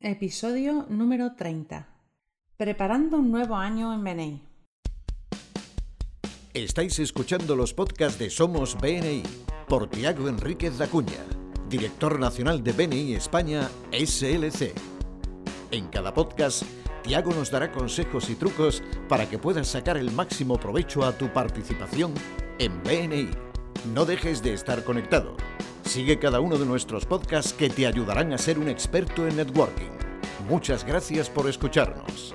Episodio número 30. Preparando un nuevo año en BNI. Estáis escuchando los podcasts de Somos BNI por Tiago Enríquez Dacuña, director nacional de BNI España SLC. En cada podcast, Tiago nos dará consejos y trucos para que puedas sacar el máximo provecho a tu participación en BNI. No dejes de estar conectado. Sigue cada uno de nuestros podcasts que te ayudarán a ser un experto en networking. Muchas gracias por escucharnos.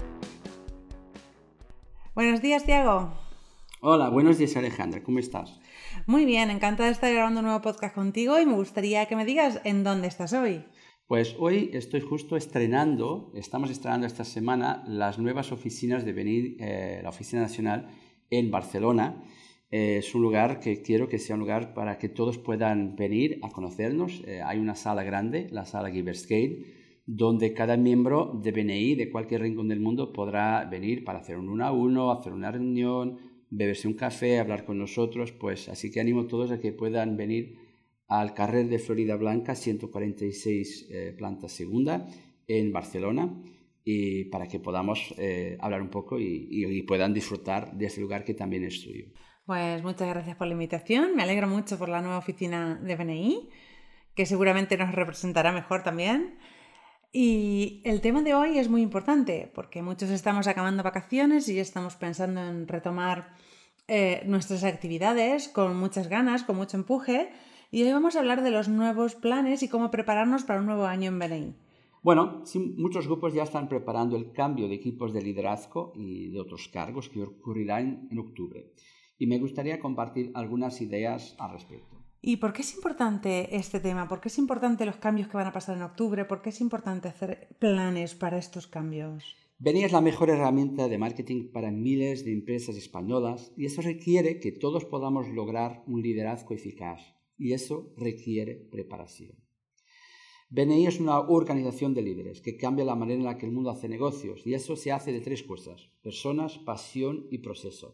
Buenos días, Tiago. Hola, buenos días, Alejandra. ¿Cómo estás? Muy bien, encantada de estar grabando un nuevo podcast contigo y me gustaría que me digas en dónde estás hoy. Pues hoy estoy justo estamos estrenando esta semana las nuevas oficinas de BNI, la Oficina Nacional en Barcelona. Es un lugar que quiero que sea un lugar para que todos puedan venir a conocernos. Hay una sala grande, la sala Giverscape, donde cada miembro de BNI de cualquier rincón del mundo podrá venir para hacer un 1 a 1, hacer una reunión, beberse un café, hablar con nosotros. Pues así que animo a todos a que puedan venir al carrer de Florida Blanca, 146, planta segunda, en Barcelona, y para que podamos hablar un poco y puedan disfrutar de ese lugar que también es suyo. Pues muchas gracias por la invitación. Me alegro mucho por la nueva oficina de BNI, que seguramente nos representará mejor también. Y el tema de hoy es muy importante porque muchos estamos acabando vacaciones y estamos pensando en retomar nuestras actividades con muchas ganas, con mucho empuje. Y hoy vamos a hablar de los nuevos planes y cómo prepararnos para un nuevo año en BNI. Bueno, sí, muchos grupos ya están preparando el cambio de equipos de liderazgo y de otros cargos que ocurrirá en octubre. Y me gustaría compartir algunas ideas al respecto. ¿Y por qué es importante este tema? ¿Por qué es importante los cambios que van a pasar en octubre? ¿Por qué es importante hacer planes para estos cambios? BNI es la mejor herramienta de marketing para miles de empresas españolas y eso requiere que todos podamos lograr un liderazgo eficaz y eso requiere preparación. BNI es una organización de líderes que cambia la manera en la que el mundo hace negocios y eso se hace de 3 cosas: personas, pasión y proceso.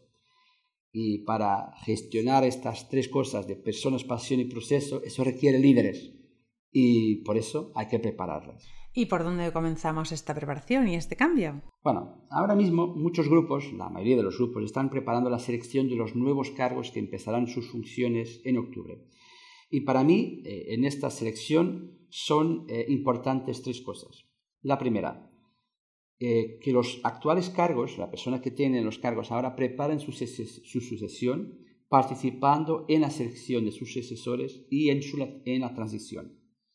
Y para gestionar estas 3 cosas de personas, pasión y proceso, eso requiere líderes y por eso hay que prepararlas. ¿Y por dónde comenzamos esta preparación y este cambio? Bueno, ahora mismo muchos grupos, la mayoría de los grupos, están preparando la selección de los nuevos cargos que empezarán sus funciones en octubre. Y para mí, en esta selección son importantes 3 cosas. La primera, que los actuales cargos, la persona que tiene los cargos ahora, preparen su sucesión participando en la selección de sus sucesores y en la transición.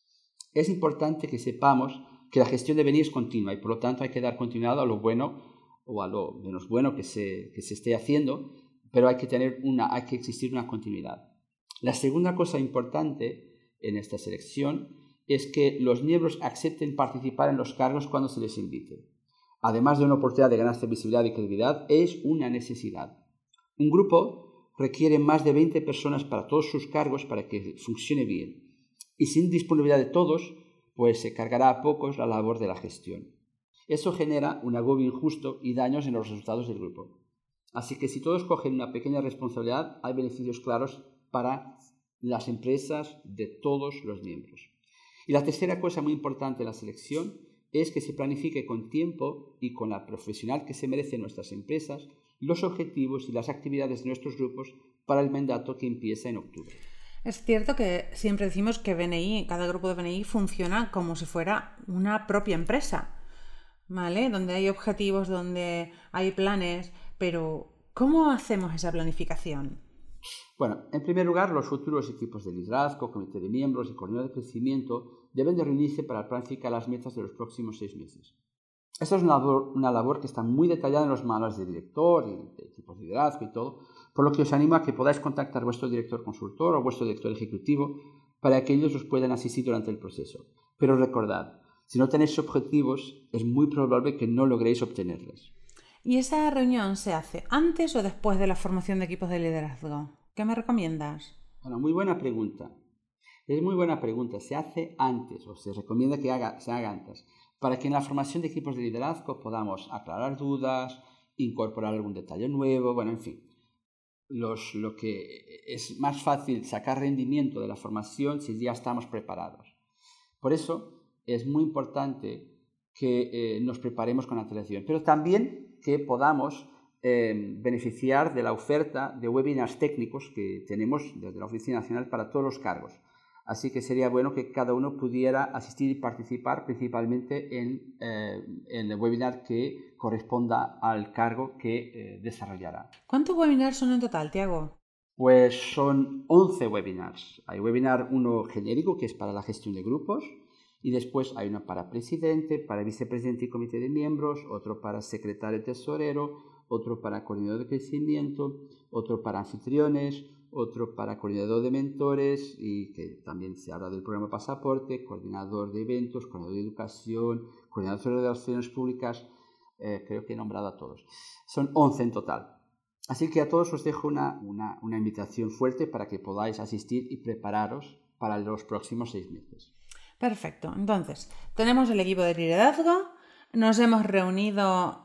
Es importante que sepamos que la gestión de BNI es continua y por lo tanto hay que dar continuidad a lo bueno o a lo menos bueno que se esté haciendo, pero hay que existir una continuidad. La segunda cosa importante en esta selección es que los miembros acepten participar en los cargos cuando se les invite. Además de una oportunidad de ganarse visibilidad y credibilidad, es una necesidad. Un grupo requiere más de 20 personas para todos sus cargos para que funcione bien. Y sin disponibilidad de todos, pues se cargará a pocos la labor de la gestión. Eso genera un agobio injusto y daños en los resultados del grupo. Así que si todos cogen una pequeña responsabilidad, hay beneficios claros para las empresas de todos los miembros. Y la tercera cosa muy importante en la selección es que se planifique con tiempo y con la profesional que se merecen nuestras empresas los objetivos y las actividades de nuestros grupos para el mandato que empieza en octubre. Es cierto que siempre decimos que BNI, cada grupo de BNI funciona como si fuera una propia empresa, ¿vale? Donde hay objetivos, donde hay planes, pero ¿cómo hacemos esa planificación? Bueno, en primer lugar, los futuros equipos de liderazgo, comité de miembros y coordinador de crecimiento deben de reunirse para planificar las metas de los próximos 6 meses. Esta es una labor que está muy detallada en los manuales de director y de equipos de liderazgo y todo, por lo que os animo a que podáis contactar a vuestro director consultor o vuestro director ejecutivo para que ellos os puedan asistir durante el proceso. Pero recordad, si no tenéis objetivos, es muy probable que no logréis obtenerlos. ¿Y esa reunión se hace antes o después de la formación de equipos de liderazgo? ¿Qué me recomiendas? Bueno, muy buena pregunta. Es muy buena pregunta. Se hace antes o se recomienda que se haga antes para que en la formación de equipos de liderazgo podamos aclarar dudas, incorporar algún detalle nuevo, bueno, en fin. Lo que es más fácil sacar rendimiento de la formación si ya estamos preparados. Por eso, es muy importante que nos preparemos con antelación, pero también que podamos beneficiar de la oferta de webinars técnicos que tenemos desde la Oficina Nacional para todos los cargos. Así que sería bueno que cada uno pudiera asistir y participar principalmente en el webinar que corresponda al cargo que desarrollará. ¿Cuántos webinars son en total, Tiago? Pues son 11 webinars. Hay webinar uno genérico, que es para la gestión de grupos, y después hay uno para presidente, para vicepresidente y comité de miembros, otro para secretario tesorero, otro para coordinador de crecimiento, otro para anfitriones, otro para coordinador de mentores, y que también se habla del programa Pasaporte, coordinador de eventos, coordinador de educación, coordinador de relaciones públicas, creo que he nombrado a todos. Son 11 en total. Así que a todos os dejo una invitación fuerte para que podáis asistir y prepararos para los próximos 6 meses. Perfecto. Entonces, tenemos el equipo de liderazgo, nos hemos reunido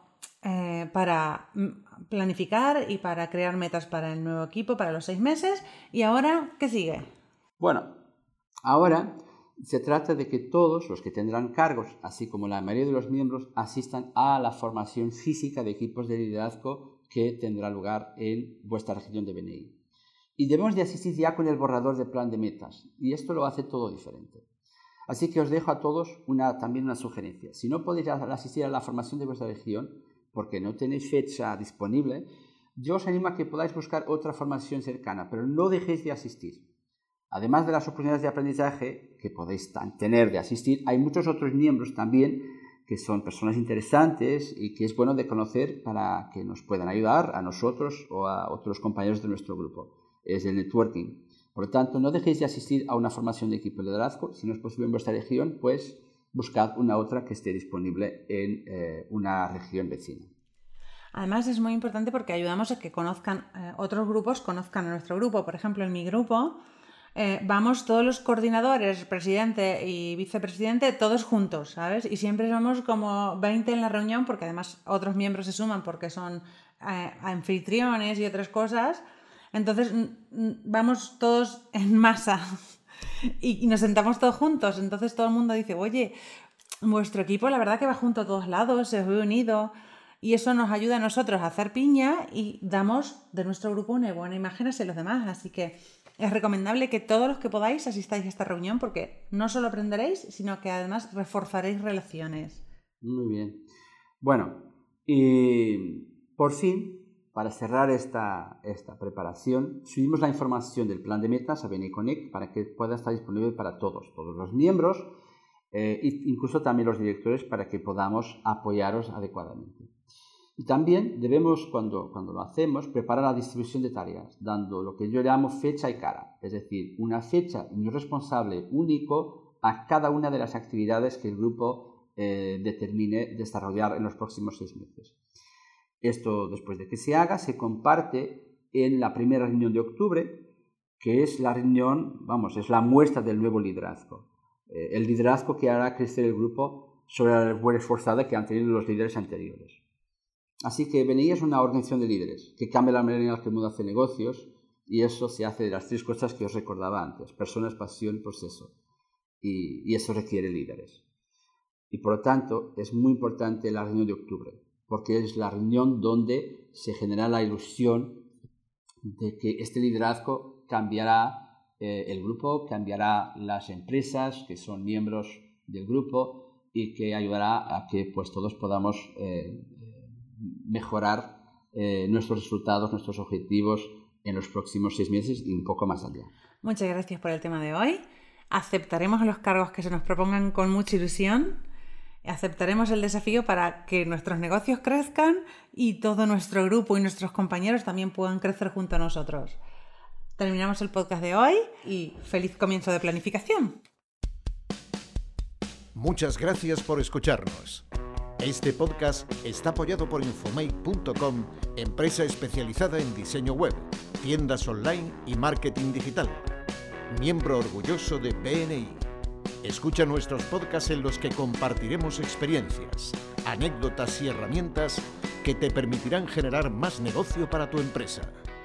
para planificar y para crear metas para el nuevo equipo para los 6 meses. ¿Y ahora qué sigue? Bueno, ahora se trata de que todos los que tendrán cargos, así como la mayoría de los miembros, asistan a la formación física de equipos de liderazgo que tendrá lugar en vuestra región de BNI. Y debemos de asistir ya con el borrador de plan de metas, y esto lo hace todo diferente. Así que os dejo a todos también una sugerencia. Si no podéis asistir a la formación de vuestra región, porque no tenéis fecha disponible, yo os animo a que podáis buscar otra formación cercana, pero no dejéis de asistir. Además de las oportunidades de aprendizaje que podéis tener de asistir, hay muchos otros miembros también que son personas interesantes y que es bueno de conocer para que nos puedan ayudar a nosotros o a otros compañeros de nuestro grupo. Es el networking. Por lo tanto, no dejéis de asistir a una formación de equipo de liderazgo. Si no es posible en vuestra región, pues buscad una otra que esté disponible en una región vecina. Además, es muy importante porque ayudamos a que otros grupos conozcan a nuestro grupo. Por ejemplo, en mi grupo vamos todos los coordinadores, presidente y vicepresidente, todos juntos, ¿sabes? Y siempre somos como 20 en la reunión, porque además otros miembros se suman porque son anfitriones y otras cosas. Entonces vamos todos en masa y nos sentamos todos juntos. Entonces todo el mundo dice, oye, vuestro equipo la verdad que va junto a todos lados, se ve unido. Y eso nos ayuda a nosotros a hacer piña y damos de nuestro grupo una buena imagen hacia los demás. Así que es recomendable que todos los que podáis asistáis a esta reunión porque no solo aprenderéis, sino que además reforzaréis relaciones. Muy bien. Bueno, y por fin, para cerrar esta preparación, subimos la información del plan de metas a BNI Connect para que pueda estar disponible para todos los miembros e incluso también los directores para que podamos apoyaros adecuadamente. Y también debemos, cuando lo hacemos, preparar la distribución de tareas, dando lo que yo llamo fecha y cara, es decir, una fecha y un responsable único a cada una de las actividades que el grupo determine desarrollar en los próximos 6 meses. Esto, después de que se haga, se comparte en la primera reunión de octubre, que es la reunión, es la muestra del nuevo liderazgo. El liderazgo que hará crecer el grupo sobre la labor esforzada que han tenido los líderes anteriores. Así que BNI es una organización de líderes que cambia la manera en la que el mundo hace negocios, y eso se hace de las 3 cosas que os recordaba antes: personas, pasión, proceso. Y eso requiere líderes. Y por lo tanto es muy importante la reunión de octubre, porque es la reunión donde se genera la ilusión de que este liderazgo cambiará el grupo, cambiará las empresas que son miembros del grupo y que ayudará a que pues todos podamos mejorar nuestros resultados, nuestros objetivos en los próximos 6 meses y un poco más allá. Muchas gracias por el tema de hoy. Aceptaremos los cargos que se nos propongan con mucha ilusión. Aceptaremos el desafío para que nuestros negocios crezcan y todo nuestro grupo y nuestros compañeros también puedan crecer junto a nosotros. Terminamos el podcast de hoy y feliz comienzo de planificación. Muchas gracias por escucharnos. Este podcast está apoyado por Infomake.com, empresa especializada en diseño web, tiendas online y marketing digital. Miembro orgulloso de BNI. Escucha nuestros podcasts en los que compartiremos experiencias, anécdotas y herramientas que te permitirán generar más negocio para tu empresa.